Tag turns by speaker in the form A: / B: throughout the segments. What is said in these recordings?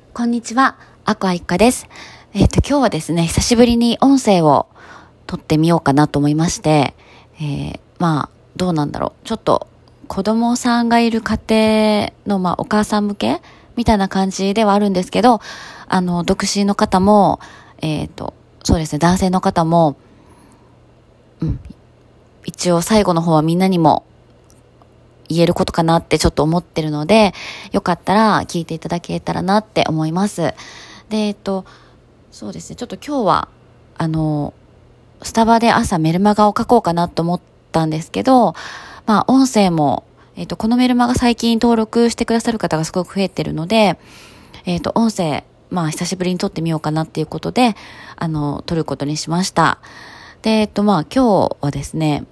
A: こんにちは、アクア一花です。今日はですね、久しぶりに音声を撮ってみようかなと思いまして、どうなんだろう。ちょっと子供さんがいる家庭の、お母さん向けみたいな感じではあるんですけど、独身の方も、そうですね、男性の方も、一応最後の方はみんなにも言えることかなってちょっと思ってるので、よかったら聞いていただけたらなって思います。で、そうですね、ちょっと今日は、スタバで朝メルマガを書こうかなと思ったんですけど、音声も、このメルマガ最近登録してくださる方がすごく増えてるので、音声、久しぶりに撮ってみようかなっていうことで、撮ることにしました。で、今日はですね、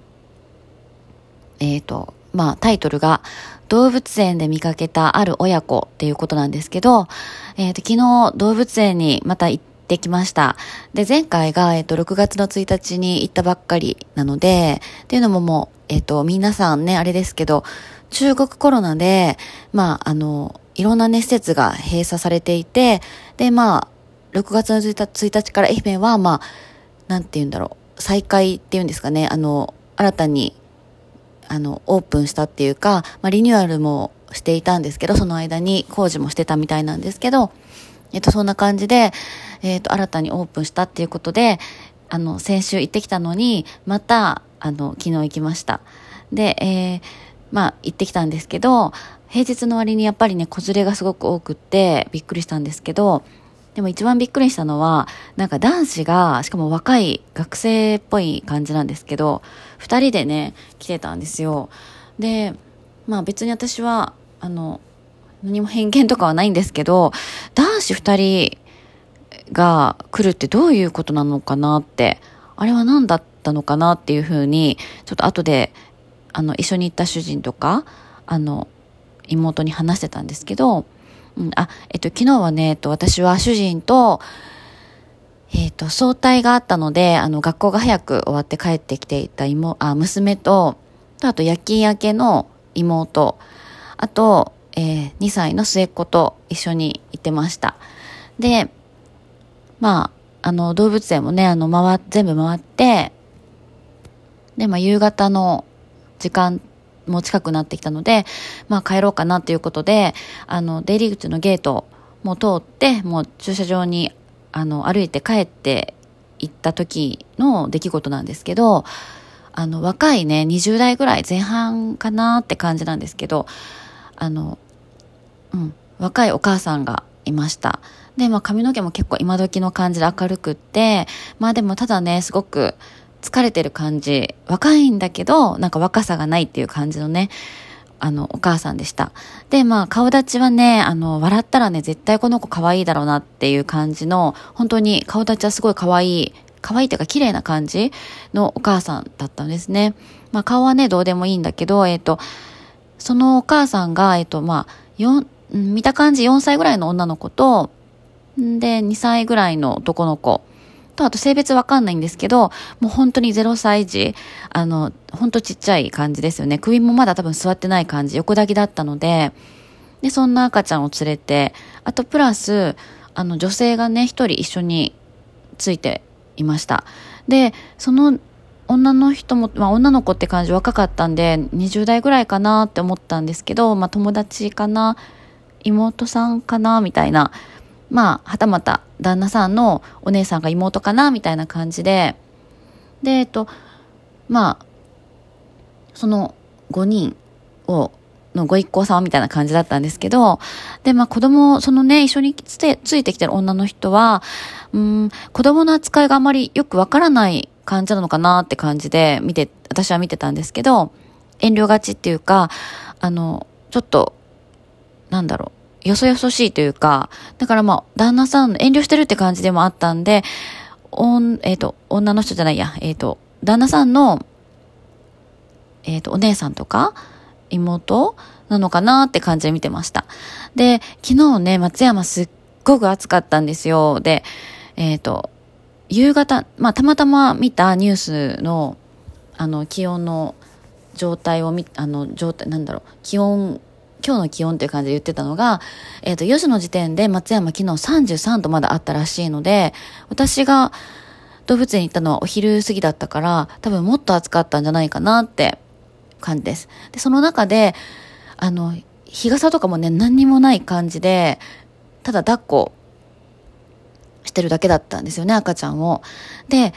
A: タイトルが動物園で見かけたある親子っていうことなんですけど、昨日動物園にまた行ってきました。で、前回が、6月の1日に行ったばっかりなので、っていうのももう、皆さんね、あれですけど、中国コロナで、いろんなね、施設が閉鎖されていて、で、6月の1日から愛媛は、なんて言うんだろう、再開っていうんですかね、新たに、オープンしたっていうか、リニューアルもしていたんですけど、その間に工事もしてたみたいなんですけど、そんな感じで、新たにオープンしたっていうことで、先週行ってきたのに、また、昨日行きました。で、行ってきたんですけど、平日の割にやっぱりね、子連れがすごく多くって、びっくりしたんですけど、でも一番びっくりしたのは、なんか男子が、しかも若い学生っぽい感じなんですけど、二人でね、来てたんですよ。で、別に私は、何も偏見とかはないんですけど、男子二人が来るってどういうことなのかなって、あれは何だったのかなっていうふうに、ちょっと後で、一緒に行った主人とか、妹に話してたんですけど、昨日はね、私は主人と、早退があったので、学校が早く終わって帰ってきていた娘と、あと夜勤明けの妹、あと、2歳の末っ子と一緒に行ってました。で、動物園もね、全部回って、で、夕方の時間も近くなってきたので、帰ろうかなということで、出入り口のゲートも通って、もう駐車場に、歩いて帰って行った時の出来事なんですけど、若いね、20代ぐらい前半かなって感じなんですけど、若いお母さんがいました。で、髪の毛も結構今時の感じで明るくって、でもただね、すごく疲れてる感じ。若いんだけど、なんか若さがないっていう感じのね、お母さんでした。で、顔立ちはね、笑ったらね、絶対この子可愛いだろうなっていう感じの、本当に顔立ちはすごい可愛いっていうか綺麗な感じのお母さんだったんですね。顔はね、どうでもいいんだけど、そのお母さんが、見た感じ4歳ぐらいの女の子と、で、2歳ぐらいの男の子と、あと性別わかんないんですけど、もう本当に0歳児、本当ちっちゃい感じですよね。首もまだ多分座ってない感じ、横抱きだったので、で、そんな赤ちゃんを連れて、あとプラス、女性がね、一人一緒についていました。で、その女の人も、女の子って感じ若かったんで、20代ぐらいかなって思ったんですけど、友達かな、妹さんかな、みたいな、はたまた旦那さんのお姉さんが妹かなみたいな感じで、で、その5人のご一行様みたいな感じだったんですけど、で、子供、そのね、一緒についてきてる女の人は、子供の扱いがあまりよくわからない感じなのかなって感じで私は見てたんですけど、遠慮がちっていうか、ちょっと、よそよそしいというか、だから旦那さん遠慮してるって感じでもあったんで、女の人じゃないや、旦那さんの、お姉さんとか、妹なのかなって感じで見てました。で、昨日ね、松山すっごく暑かったんですよ。で、夕方、たまたま見たニュースの、気温の状態を気温今日の気温っていう感じで言ってたのが、4時の時点で松山昨日33度まだあったらしいので、私が動物園に行ったのはお昼過ぎだったから、多分もっと暑かったんじゃないかなって感じです。で、その中で、日傘とかもね、何にもない感じで、ただ抱っこしてるだけだったんですよね、赤ちゃんを。で、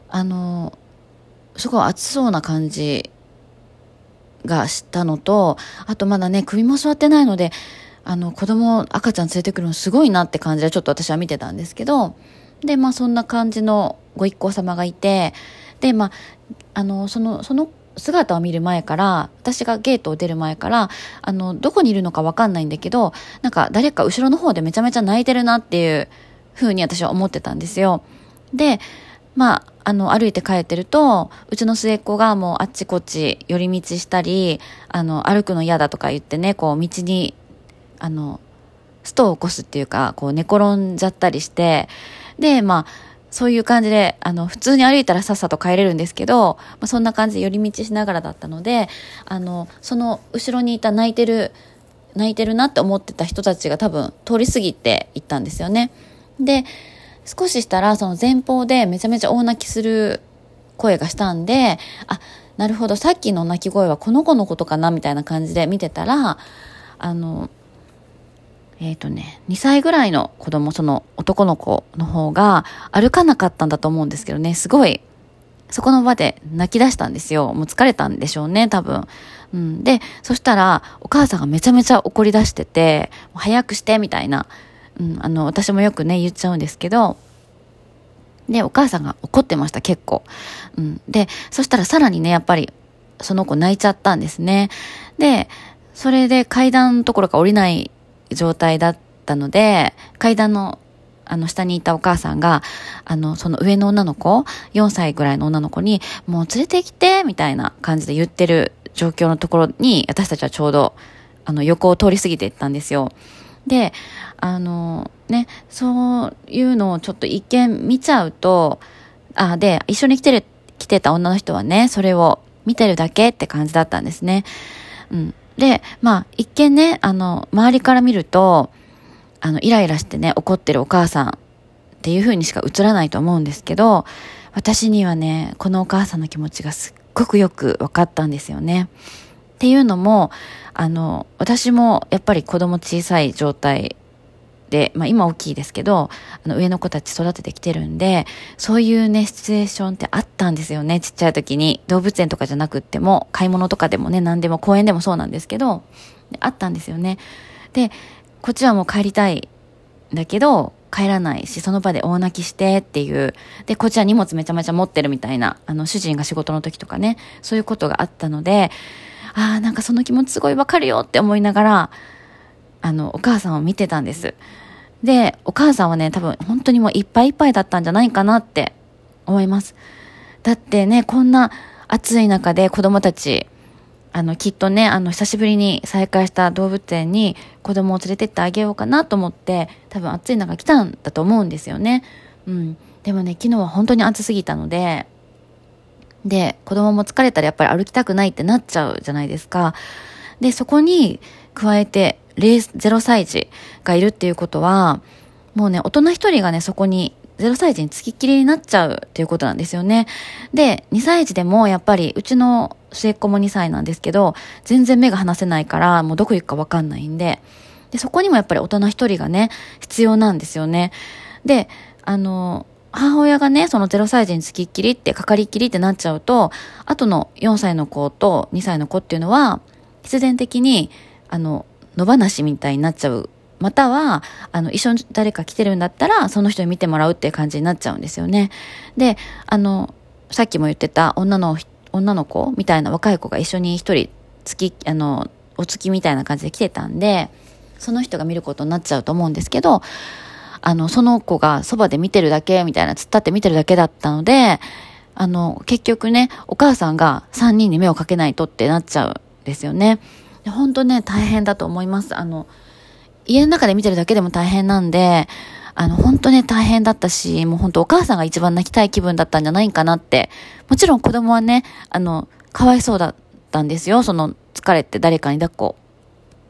A: すごい暑そうな感じがしたのと、あとまだね、首も座ってないので、赤ちゃん連れてくるのすごいなって感じでちょっと私は見てたんですけど、で、そんな感じのご一行様がいて、で、その姿を見る前から、私がゲートを出る前から、どこにいるのかわかんないんだけど、なんか誰か後ろの方でめちゃめちゃ泣いてるなっていう風に私は思ってたんですよ。で、歩いて帰ってると、うちの末っ子がもうあっちこっち寄り道したり、歩くの嫌だとか言ってね、こう道に、ストを起こすっていうか、こう寝転んじゃったりして、で、そういう感じで、普通に歩いたらさっさと帰れるんですけど、そんな感じで寄り道しながらだったので、その後ろにいた泣いてるなって思ってた人たちが多分通り過ぎていったんですよね。で、少ししたらその前方でめちゃめちゃ大泣きする声がしたんで、なるほど、さっきの泣き声はこの子のことかなみたいな感じで見てたら、2歳ぐらいの子供、その男の子の方が歩かなかったんだと思うんですけどね、すごいそこの場で泣き出したんですよ。もう疲れたんでしょうね、多分。で、そしたらお母さんがめちゃめちゃ怒り出してて、早くしてみたいな、私もよくね言っちゃうんですけど、で、お母さんが怒ってました、結構。で、そしたらさらにね、やっぱりその子泣いちゃったんですね。で、それで階段どころか降りない状態だったので、階段の下にいたお母さんが、その上の女の子、4歳ぐらいの女の子に、もう連れてきて、みたいな感じで言ってる状況のところに、私たちはちょうど、横を通り過ぎていったんですよ。で、そういうのをちょっと一見見ちゃうと、で、一緒に来てた女の人はね、それを見てるだけって感じだったんですね。で、一見ね、周りから見ると、イライラしてね、怒ってるお母さんっていう風にしか映らないと思うんですけど、私にはね、このお母さんの気持ちがすっごくよく分かったんですよね。っていうのも、私もやっぱり子供小さい状態で、今大きいですけど、上の子たち育ててきてるんで、そういうね、シチュエーションってあったんですよね、ちっちゃい時に。動物園とかじゃなくっても、買い物とかでもね、何でも公園でもそうなんですけど、あったんですよね。で、こっちはもう帰りたいんだけど、帰らないし、その場で大泣きしてっていう。で、こっちは荷物めちゃめちゃ持ってるみたいな、主人が仕事の時とかね、そういうことがあったので、なんかその気持ちすごいわかるよって思いながら、お母さんを見てたんです。で、お母さんはね、多分本当にもういっぱいいっぱいだったんじゃないかなって思います。だってね、こんな暑い中で子供たち、きっとね、久しぶりに再会した動物園に子供を連れてってあげようかなと思って、多分暑い中来たんだと思うんですよね。でもね、昨日は本当に暑すぎたので、子供も疲れたらやっぱり歩きたくないってなっちゃうじゃないですか。で、そこに加えて、0歳児がいるっていうことは、もうね、大人一人がね、そこに0歳児につきっきりになっちゃうっていうことなんですよね。で、2歳児でもやっぱり、うちの末っ子も2歳なんですけど、全然目が離せないから、もうどこ行くかわかんないんで、そこにもやっぱり大人一人がね、必要なんですよね。で、母親がね、その0歳児につきっきりってかかりっきりってなっちゃうと、後の4歳の子と2歳の子っていうのは、必然的に、野放しみたいになっちゃう。または、一緒に誰か来てるんだったら、その人に見てもらうっていう感じになっちゃうんですよね。で、さっきも言ってた女の子みたいな若い子が一緒に一人お付きみたいな感じで来てたんで、その人が見ることになっちゃうと思うんですけど、その子がそばで見てるだけみたいな、突っ立って見てるだけだったので、結局ね、お母さんが3人に目をかけないとってなっちゃうんですよね。本当ね、大変だと思います。家の中で見てるだけでも大変なんで、本当ね、大変だったし、もう本当お母さんが一番泣きたい気分だったんじゃないかなって。もちろん子供はね、かわいそうだったんですよ。その、疲れて誰かに抱っこ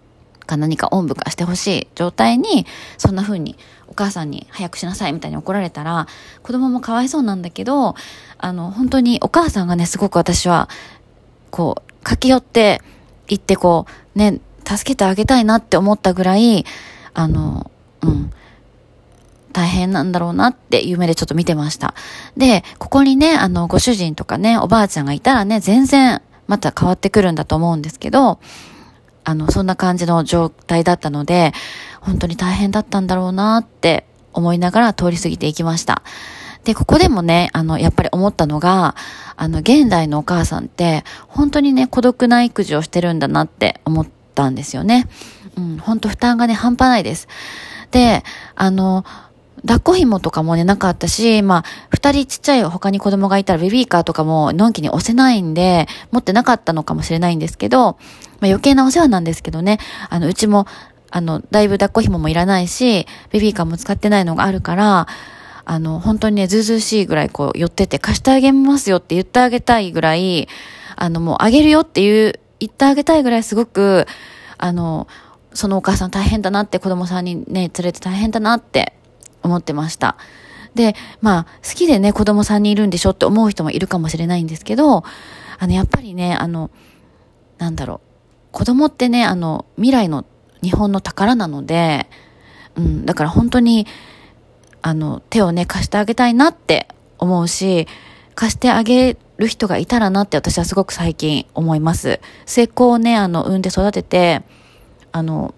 A: 何かおんぶかしてほしい状態に、そんな風にお母さんに早くしなさいみたいに怒られたら、子供もかわいそうなんだけど、本当にお母さんがね、すごく私は、駆け寄って行って助けてあげたいなって思ったぐらい、大変なんだろうなっていう目でちょっと見てました。で、ここにね、ご主人とかね、おばあちゃんがいたらね、全然また変わってくるんだと思うんですけど、そんな感じの状態だったので、本当に大変だったんだろうなって思いながら通り過ぎていきました。で、ここでもね、やっぱり思ったのが、現代のお母さんって、本当にね、孤独な育児をしてるんだなって思ったんですよね。本当負担がね、半端ないです。で、抱っこ紐とかもね、なかったし、二人ちっちゃい他に子供がいたらベビーカーとかものんきに押せないんで、持ってなかったのかもしれないんですけど、余計なお世話なんですけどね、うちも、だいぶ抱っこ紐もいらないし、ベビーカーも使ってないのがあるから、本当にね、ずうずうしいぐらい寄ってて貸してあげますよって言ってあげたいぐらい、もうあげるよって言ってあげたいぐらいすごく、そのお母さん大変だなって、子供さんにね、連れて大変だなって思ってました。で、好きでね、子供さんにいるんでしょって思う人もいるかもしれないんですけど、やっぱりね、子供ってね、未来の日本の宝なので、だから本当に、手をね、貸してあげたいなって思うし、貸してあげる人がいたらなって私はすごく最近思います。末っ子をね、産んで育てて、ちょ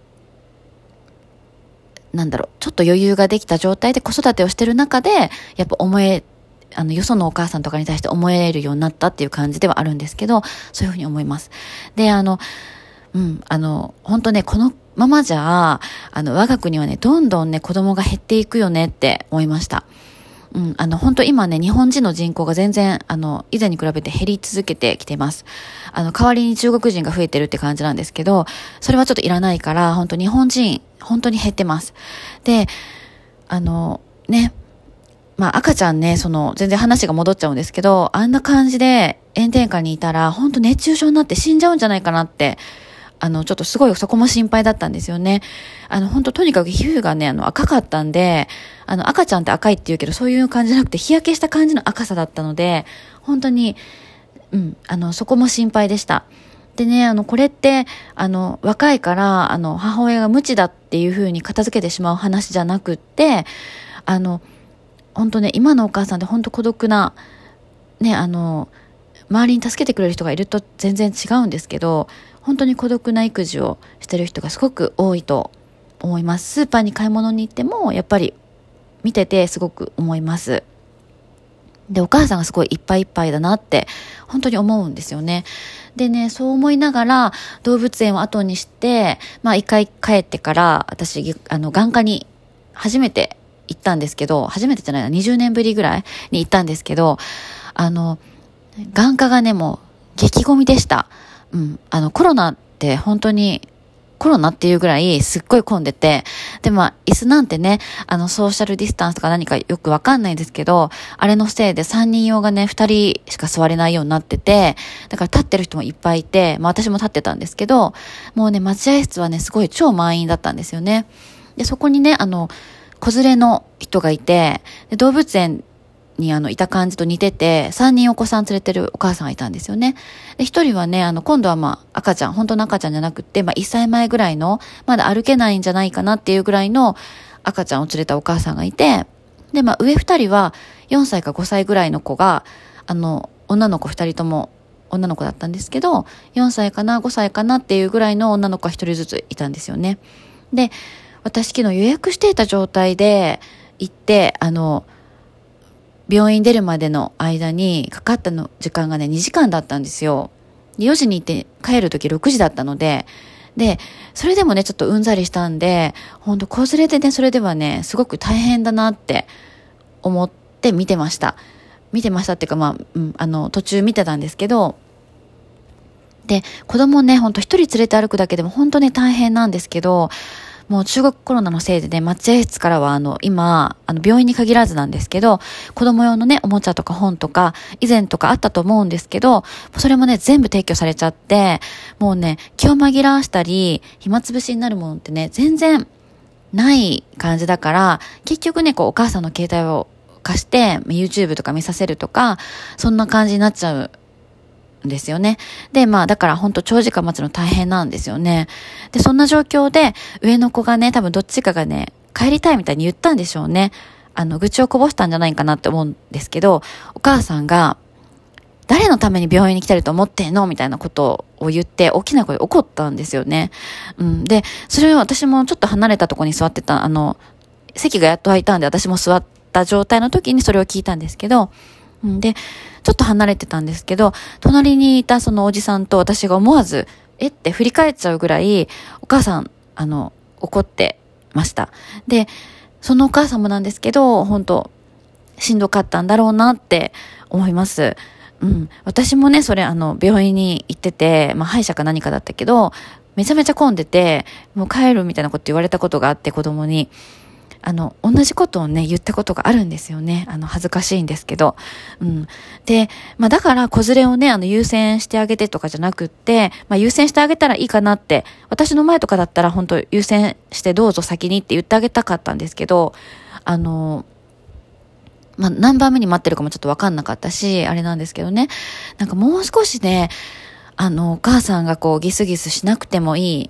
A: っと余裕ができた状態で子育てをしてる中で、やっぱよそのお母さんとかに対して思えるようになったっていう感じではあるんですけど、そういうふうに思います。で、本当ね、このままじゃ、我が国はね、どんどんね、子供が減っていくよねって思いました。本当今ね、日本人の人口が全然、以前に比べて減り続けてきています。代わりに中国人が増えてるって感じなんですけど、それはちょっといらないから、本当日本人、本当に減ってます。で、赤ちゃんね、全然話が戻っちゃうんですけど、あんな感じで炎天下にいたら、本当熱中症になって死んじゃうんじゃないかなって、ちょっとすごいそこも心配だったんですよね。本当とにかく皮膚がね、赤かったんで、赤ちゃんって赤いって言うけど、そういう感じじゃなくて、日焼けした感じの赤さだったので、本当に、そこも心配でした。でね、これって、若いから、母親が無知だっていう風に片付けてしまう話じゃなくって、本当ね、今のお母さんって本当孤独な、ね、周りに助けてくれる人がいると全然違うんですけど、本当に孤独な育児をしてる人がすごく多いと思います。スーパーに買い物に行っても、やっぱり見ててすごく思います。で、お母さんがすごいいっぱいいっぱいだなって、本当に思うんですよね。でね、そう思いながら動物園を後にして、一回帰ってから、私、眼科に初めて行ったんですけど、初めてじゃないな、20年ぶりぐらいに行ったんですけど、眼科がね、もう激ゴミでした。コロナって本当にコロナっていうぐらいすっごい混んでて、で椅子なんてね、ソーシャルディスタンスとか何かよくわかんないんですけど、あれのせいで3人用がね、2人しか座れないようになってて、だから立ってる人もいっぱいいて、私も立ってたんですけど、もうね、待合室はね、すごい超満員だったんですよね。で、そこにね、子連れの人がいて、で動物園にいた感じと似てて、3人お子さん連れてるお母さんがいたんですよね。で、1人はね、今度は赤ちゃん、本当の赤ちゃんじゃなくって、1歳前ぐらいの、まだ歩けないんじゃないかなっていうぐらいの赤ちゃんを連れたお母さんがいて、で、上2人は4歳か5歳ぐらいの子が、女の子2人とも女の子だったんですけど、4歳かな、5歳かなっていうぐらいの女の子が1人ずついたんですよね。で、私昨日予約していた状態で行って、病院出るまでの間にかかったの時間がね、2時間だったんですよ。4時に行って帰る時6時だったので、で、それでもね、ちょっとうんざりしたんで、ほんと子連れでね、それではね、すごく大変だなって思って見てました。見てましたっていうか、途中見てたんですけど、で、子供ね、ほんと一人連れて歩くだけでも本当に大変なんですけど、 もう中国コロナのせいでね、待合室からは今、病院に限らずなんですけど、子供用のね、おもちゃとか本とか、以前とかあったと思うんですけど、それもね、全部撤去されちゃって、もうね、気を紛らわしたり、暇つぶしになるものってね、全然ない感じだから、結局ね、こう、お母さんの携帯を貸して、YouTube とか見させるとか、そんな感じになっちゃうんですよね。で、だから本当長時間待つの大変なんですよね。で、そんな状況で、上の子がね、多分どっちかがね、帰りたいみたいに言ったんでしょうね。愚痴をこぼしたんじゃないかなって思うんですけど、お母さんが、誰のために病院に来てると思ってんのみたいなことを言って、大きな声で怒ったんですよね。で、それを私もちょっと離れたところに座ってた、席がやっと空いたんで、私も座った状態の時にそれを聞いたんですけど、で、ちょっと離れてたんですけど、隣にいたそのおじさんと私が思わず、って振り返っちゃうぐらい、お母さん、怒ってました。で、そのお母さんもなんですけど、本当しんどかったんだろうなって思います。私もね、それ病院に行ってて、歯医者か何かだったけど、めちゃめちゃ混んでて、もう帰るみたいなこと言われたことがあって、子供に。同じことをね、言ったことがあるんですよね。恥ずかしいんですけど。で、だから子連れをね、優先してあげてとかじゃなくって、優先してあげたらいいかなって、私の前とかだったら本当優先してどうぞ先にって言ってあげたかったんですけど、何番目に待ってるかもちょっとわかんなかったし、あれなんですけどね。なんかもう少しね、お母さんがこうギスギスしなくてもいい、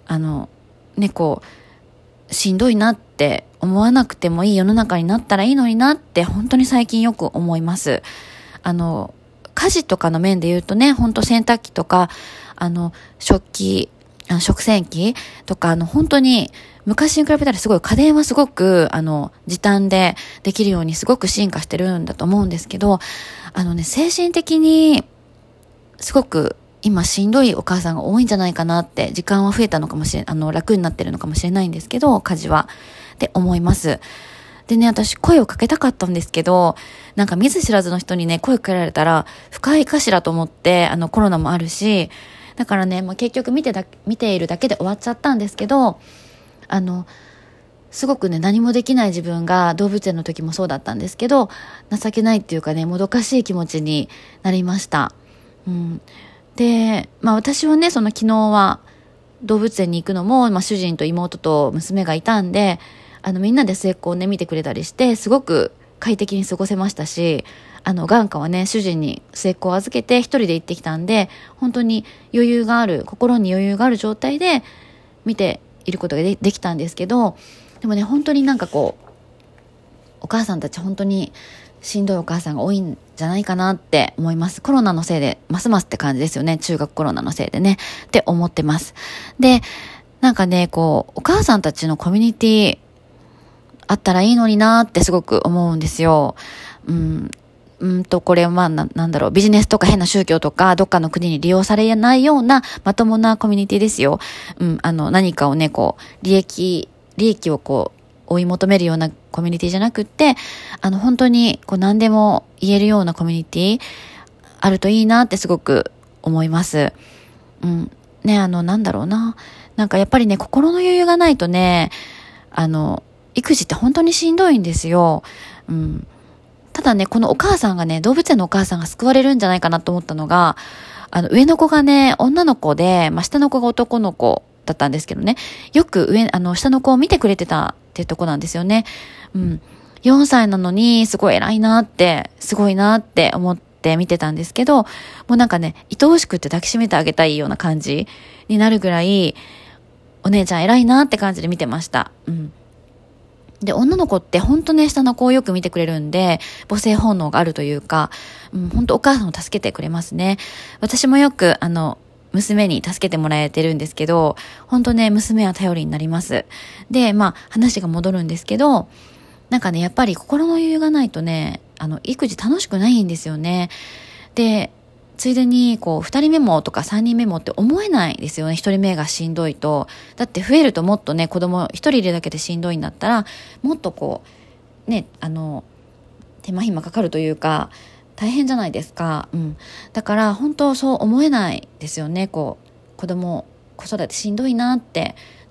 A: しんどいなって思わなくてもいい世の中になったらいいのになって本当に最近よく思います。家事とかの面で言うとね、本当洗濯機とか、食洗機とか、本当に昔に比べたらすごい家電はすごく、時短でできるようにすごく進化してるんだと思うんですけど、精神的にすごく今しんどいお母さんが多いんじゃないかなって、時間は増えたのかもしれ、楽になってるのかもしれないんですけど、家事は。って思います。でね、私声をかけたかったんですけど、なんか見ず知らずの人にね、声かけられたら、深いかしらと思って、コロナもあるし、だからね、結局見ているだけで終わっちゃったんですけど、すごくね、何もできない自分が動物園の時もそうだったんですけど、情けないっていうかね、もどかしい気持ちになりました。で、私はね、その昨日は動物園に行くのも、主人と妹と娘がいたんで、みんなで末っ子をね、見てくれたりして、すごく快適に過ごせましたし、眼下はね、主人に末っ子を預けて一人で行ってきたんで、本当に心に余裕がある状態で見ていることができたんですけど、でもね、本当になんかこう、お母さんたち本当にしんどいお母さんが多いんじゃないかなって思います。コロナのせいで、ますますって感じですよね。中学コロナのせいでね。って思ってます。で、なんかね、こう、お母さんたちのコミュニティあったらいいのになってすごく思うんですよ。これはなんだろう、ビジネスとか変な宗教とか、どっかの国に利用されないようなまともなコミュニティですよ。何かをね、こう、利益をこう、追い求めるようなコミュニティじゃなくって、本当にこう何でも言えるようなコミュニティあるといいなってすごく思います。ね、なんだろうな。なんかやっぱりね、心の余裕がないとね、育児って本当にしんどいんですよ。ただね、このお母さんがね、動物園のお母さんが救われるんじゃないかなと思ったのが、上の子がね、女の子で、下の子が男の子だったんですけどね、よく下の子を見てくれてたっていうとこなんですよね。4歳なのに、すごい偉いなって、すごいなって思って見てたんですけど、もうなんかね、愛おしくって抱きしめてあげたいような感じになるぐらい、お姉ちゃん偉いなって感じで見てました。で、女の子って本当ね、下の子をよく見てくれるんで、母性本能があるというか、本当お母さんを助けてくれますね。私もよく、娘に助けてもらえてるんですけど、本当ね、娘は頼りになります。で、話が戻るんですけど、なんかね、やっぱり心の余裕がないとね、育児楽しくないんですよね。で、ついでに、こう、2人目もとか3人目もって思えないですよね。1人目がしんどいと。だって増えるともっとね、子供1人いるだけでしんどいんだったら、もっとこう、ね、手間暇かかるというか、大変じゃないですか。だから、本当そう思えないですよね。こう、子育てしんどいなって、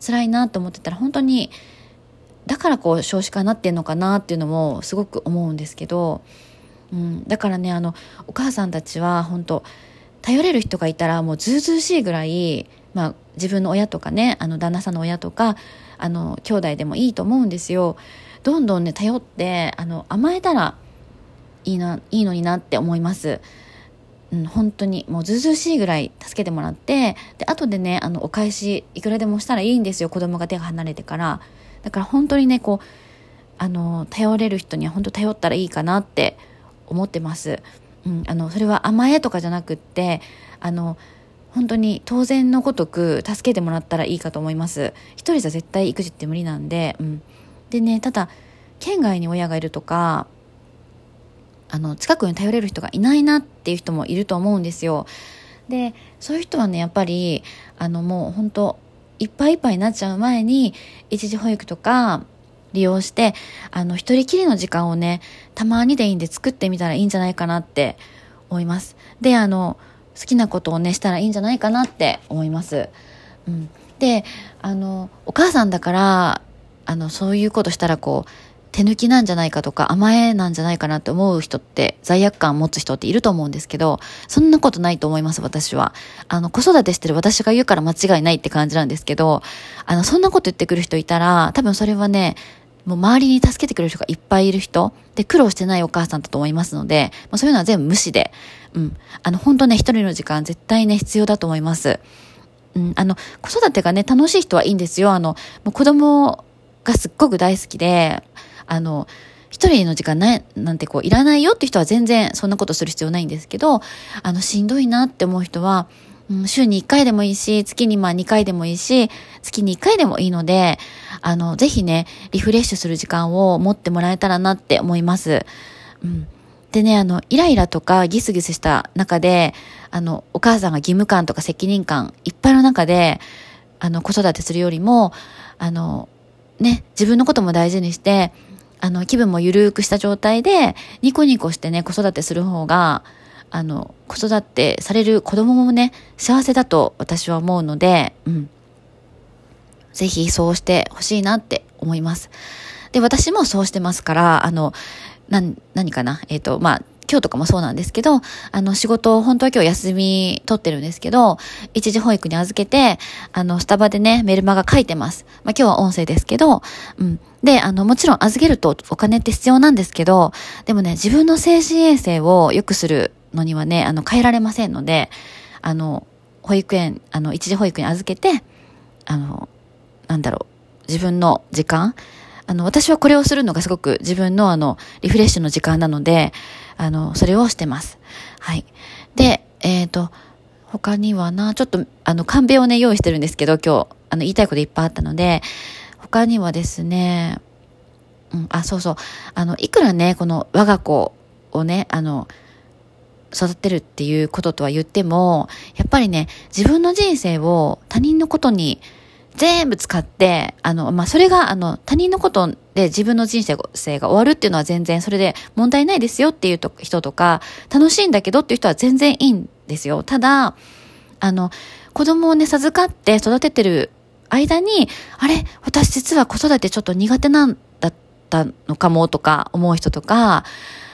A: 辛いなと思ってたら、本当にだから少子化になってんのかなっていうのもすごく思うんですけど、だからね、お母さんたちは本当頼れる人がいたらもうずうずうしいぐらい、自分の親とかね、旦那さんの親とか兄弟でもいいと思うんですよ。どんどんね頼って甘えたらいいのになって思います。本当にもうずうずうしいぐらい助けてもらって、で後でねお返しいくらでもしたらいいんですよ、子供が手が離れてから。だから本当にね頼れる人には本当頼ったらいいかなって思ってます。それは甘えとかじゃなくって、本当に当然のごとく助けてもらったらいいかと思います。一人じゃ絶対育児って無理なんで。でね、ただ県外に親がいるとか近くに頼れる人がいないなっていう人もいると思うんですよ。でそういう人はねやっぱりもう本当いっぱいいっぱいになっちゃう前に一時保育とか利用して一人きりの時間をねたまにでいいんで作ってみたらいいんじゃないかなって思います。で好きなことをねしたらいいんじゃないかなって思います。でお母さんだからそういうことしたら手抜きなんじゃないかとか甘えなんじゃないかなって思う人って、罪悪感持つ人っていると思うんですけど、そんなことないと思います。私は子育てしてる私が言うから間違いないって感じなんですけど、そんなこと言ってくる人いたら多分それはねもう周りに助けてくれる人がいっぱいいる人で、苦労してないお母さんだと思いますので、そういうのは全部無視で、本当ね一人の時間絶対ね必要だと思います。子育てがね楽しい人はいいんですよ。もう子供がすっごく大好きで一人の時間なんていらないよって人は全然そんなことする必要ないんですけど、しんどいなって思う人は、週に1回でもいいし、月に2回でもいいし、月に1回でもいいので、ぜひねリフレッシュする時間を持ってもらえたらなって思います。でねイライラとかギスギスした中でお母さんが義務感とか責任感いっぱいの中で子育てするよりも自分のことも大事にして気分もゆるくした状態でニコニコしてね子育てする方が子育てされる子供もね幸せだと私は思うので、ぜひそうしてほしいなって思います。で私もそうしてますから何かな今日とかもそうなんですけど仕事本当は今日休み取ってるんですけど、一時保育に預けてスタバでねメルマガ書いてます。今日は音声ですけど、でもちろん預けるとお金って必要なんですけど、でもね自分の精神衛生を良くするのにはね変えられませんので、保育園一時保育に預けて自分の時間私はこれをするのがすごく自分のリフレッシュの時間なのでそれをしてます。はい。で他にはちょっとカンペをね用意してるんですけど、今日言いたいこといっぱいあったので、他にはですねそうそういくらねこの我が子をね育てるっていうこととは言っても、やっぱりね自分の人生を他人のことに全部使ってそれが他人のことで自分の人生が終わるっていうのは全然それで問題ないですよっていう人とか、楽しいんだけどっていう人は全然いいんですよ。ただ子供をね授かって育ててる間に私実は子育てちょっと苦手なんだったのかもとか思う人とか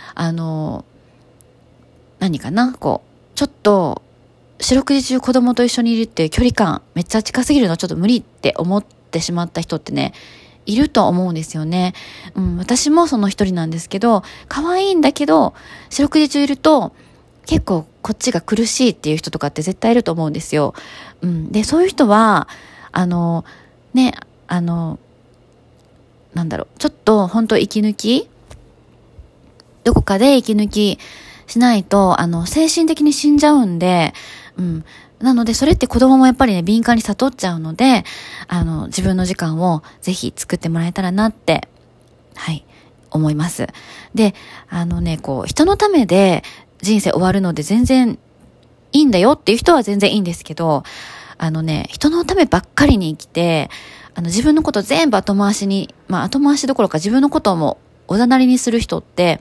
A: 何かなちょっと四六時中子供と一緒にいるっていう距離感めっちゃ近すぎるのちょっと無理って思ってしまった人ってねいると思うんですよね。私もその一人なんですけど、可愛いんだけど四六時中いると結構こっちが苦しいっていう人とかって絶対いると思うんですよ。でそういう人はちょっと本当息抜きどこかで息抜きしないと精神的に死んじゃうんで、なのでそれって子供もやっぱりね敏感に悟っちゃうので自分の時間をぜひ作ってもらえたらなって思います。で人のためで人生終わるので全然いいんだよっていう人は全然いいんですけど、人のためばっかりに生きて自分のこと全部後回しどころか自分のこともおざなりにする人って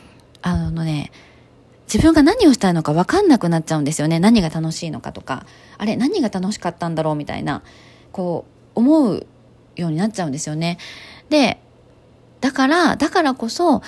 A: 自分が何をしたいのか分かんなくなっちゃうんですよね。何が楽しいのかとか何が楽しかったんだろうみたいな終思うようになっちゃうんですよね。で、だからこそ、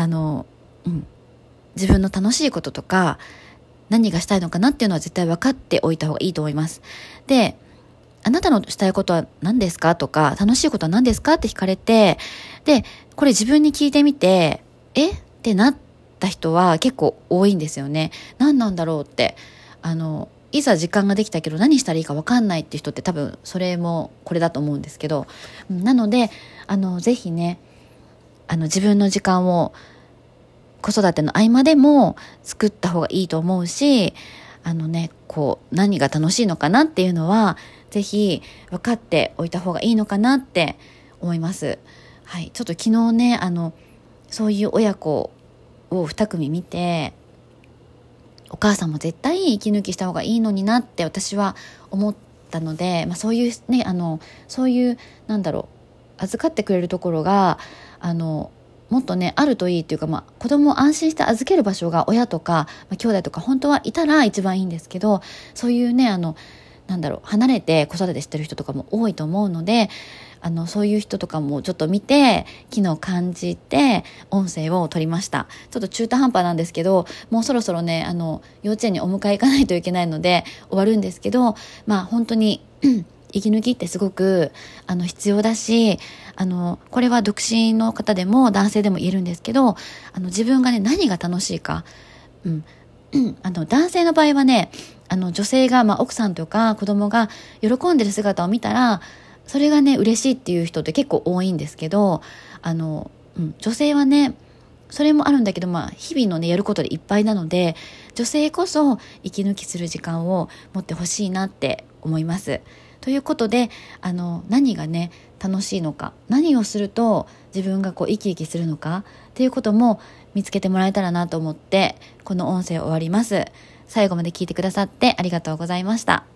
A: 自分の楽しいこととか、何がしたいのかなっていうのは絶対分かっておいた方がいいと思います。で、あなたのしたいことは何ですかとか、楽しいことは何ですかって聞かれて、で、これ自分に聞いてみて、ってなった人は結構多いんですよね。何なんだろうって。いざ時間ができたけど何したらいいか分かんないって人って多分それもこれだと思うんですけど、なので、ぜひね、自分の時間を子育ての合間でも作った方がいいと思うし、何が楽しいのかなっていうのはぜひ分かっておいた方がいいのかなって思います。はい、ちょっと昨日ね、そういう親子を2組見て、お母さんも絶対息抜きした方がいいのになって私は思ったので、そういうね、そういう預かってくれるところがもっとねあるといいっていうか、子供を安心して預ける場所が親とか、兄弟とか本当はいたら一番いいんですけど、そういうね離れて子育てしてる人とかも多いと思うので、そういう人とかもちょっと見て昨日感じて音声を取りました。ちょっと中途半端なんですけど、もうそろそろね幼稚園にお迎え行かないといけないので終わるんですけど、本当に息抜きってすごく必要だし、これは独身の方でも男性でも言えるんですけど、自分がね何が楽しいか、男性の場合はね女性が、奥さんとか子供が喜んでる姿を見たらそれがね嬉しいっていう人って結構多いんですけど、女性はねそれもあるんだけど、日々のねやることでいっぱいなので、女性こそ息抜きする時間を持ってほしいなって思います。ということで何がね楽しいのか、何をすると自分がこう生き生きするのかっていうことも見つけてもらえたらなと思ってこの音声を終わります。最後まで聞いてくださってありがとうございました。